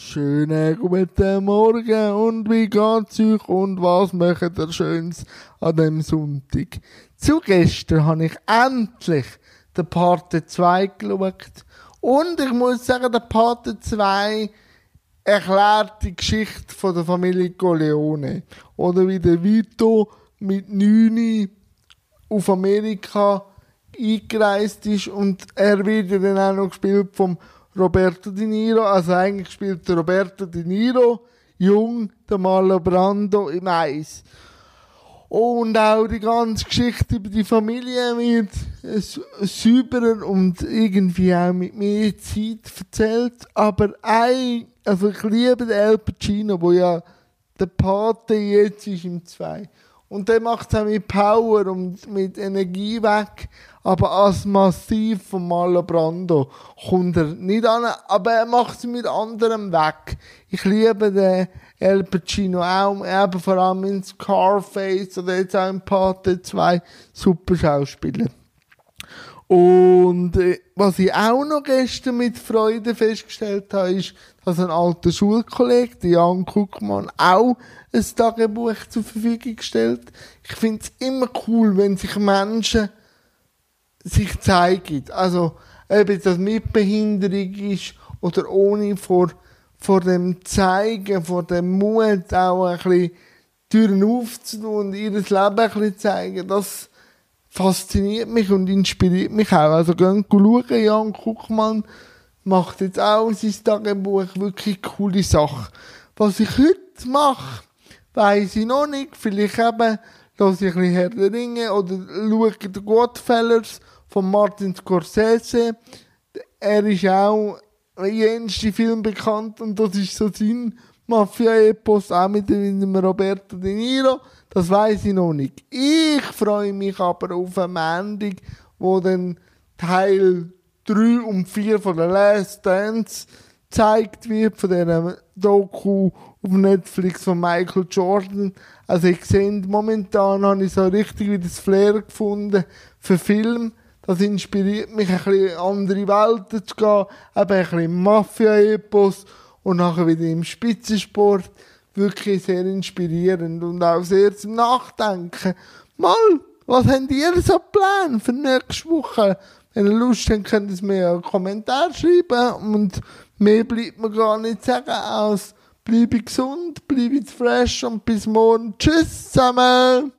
Schönen guten Morgen und wie geht's euch und was macht ihr Schönes an dem Sonntag? Zu gestern habe ich endlich den Pate 2 geschaut und ich muss sagen, der Pate 2 erklärt die Geschichte von der Familie Corleone. Oder wie der Vito mit 9 auf Amerika eingereist ist und er wird ja dann auch noch gespielt vom Roberto De Niro, also eigentlich spielt der Roberto De Niro jung, der Marlon Brando im Eis. Und auch die ganze Geschichte über die Familie wird sauberer und irgendwie auch mit mehr Zeit erzählt. Aber also ich liebe den Al Pacino, wo ja der Pate jetzt ist im 2. Und der macht es auch mit Power und mit Energie weg. Aber als Massiv von Marlon Brando kommt er nicht an, aber er macht es mit anderem weg. Ich liebe den Al Pacino auch, eben vor allem in Scarface oder jetzt auch in Pate 2, super Schauspieler. Und was ich auch noch gestern mit Freude festgestellt habe, ist, dass ein alter Schulkollege, der Jan Guckmann, auch ein Tagebuch zur Verfügung stellt. Ich finde es immer cool, wenn sich Menschen sich zeigen. Also, ob das mit Behinderung ist oder ohne, vor dem Zeigen, vor dem Mut auch ein bisschen Türen aufzutun und ihr Leben ein bisschen zeigen, das fasziniert mich und inspiriert mich auch. Also, gehen schauen, Jan Guckmann macht jetzt auch sein Tagebuch, wirklich coole Sache. Was ich heute mache, weiss ich noch nicht. Vielleicht eben höre ich ein bisschen Herr der Ringe oder schaue The Godfellas von Martin Scorsese. Er ist auch in jensten Film bekannt und das ist so sein Mafia-Epos, auch mit dem Roberto De Niro. Das weiss ich noch nicht. Ich freue mich aber auf eine Montag, wo dann Teil 3 und 4 von der Last Dance gezeigt wird, von dieser Doku auf Netflix von Michael Jordan. Also ich sehe, momentan habe ich so richtig wieder das Flair gefunden für Film. Das inspiriert mich, ein bisschen in andere Welten zu gehen, eben ein bisschen Mafia-Epos und nachher wieder im Spitzensport. Wirklich sehr inspirierend und auch sehr zum Nachdenken. Mal, was habt ihr so Pläne für nächste Woche? Wenn ihr Lust habt, könnt ihr es mir einen Kommentar schreiben und mehr bleibt mir gar nicht sagen als bleibe gesund, bleibe fresh und bis morgen. Tschüss zusammen!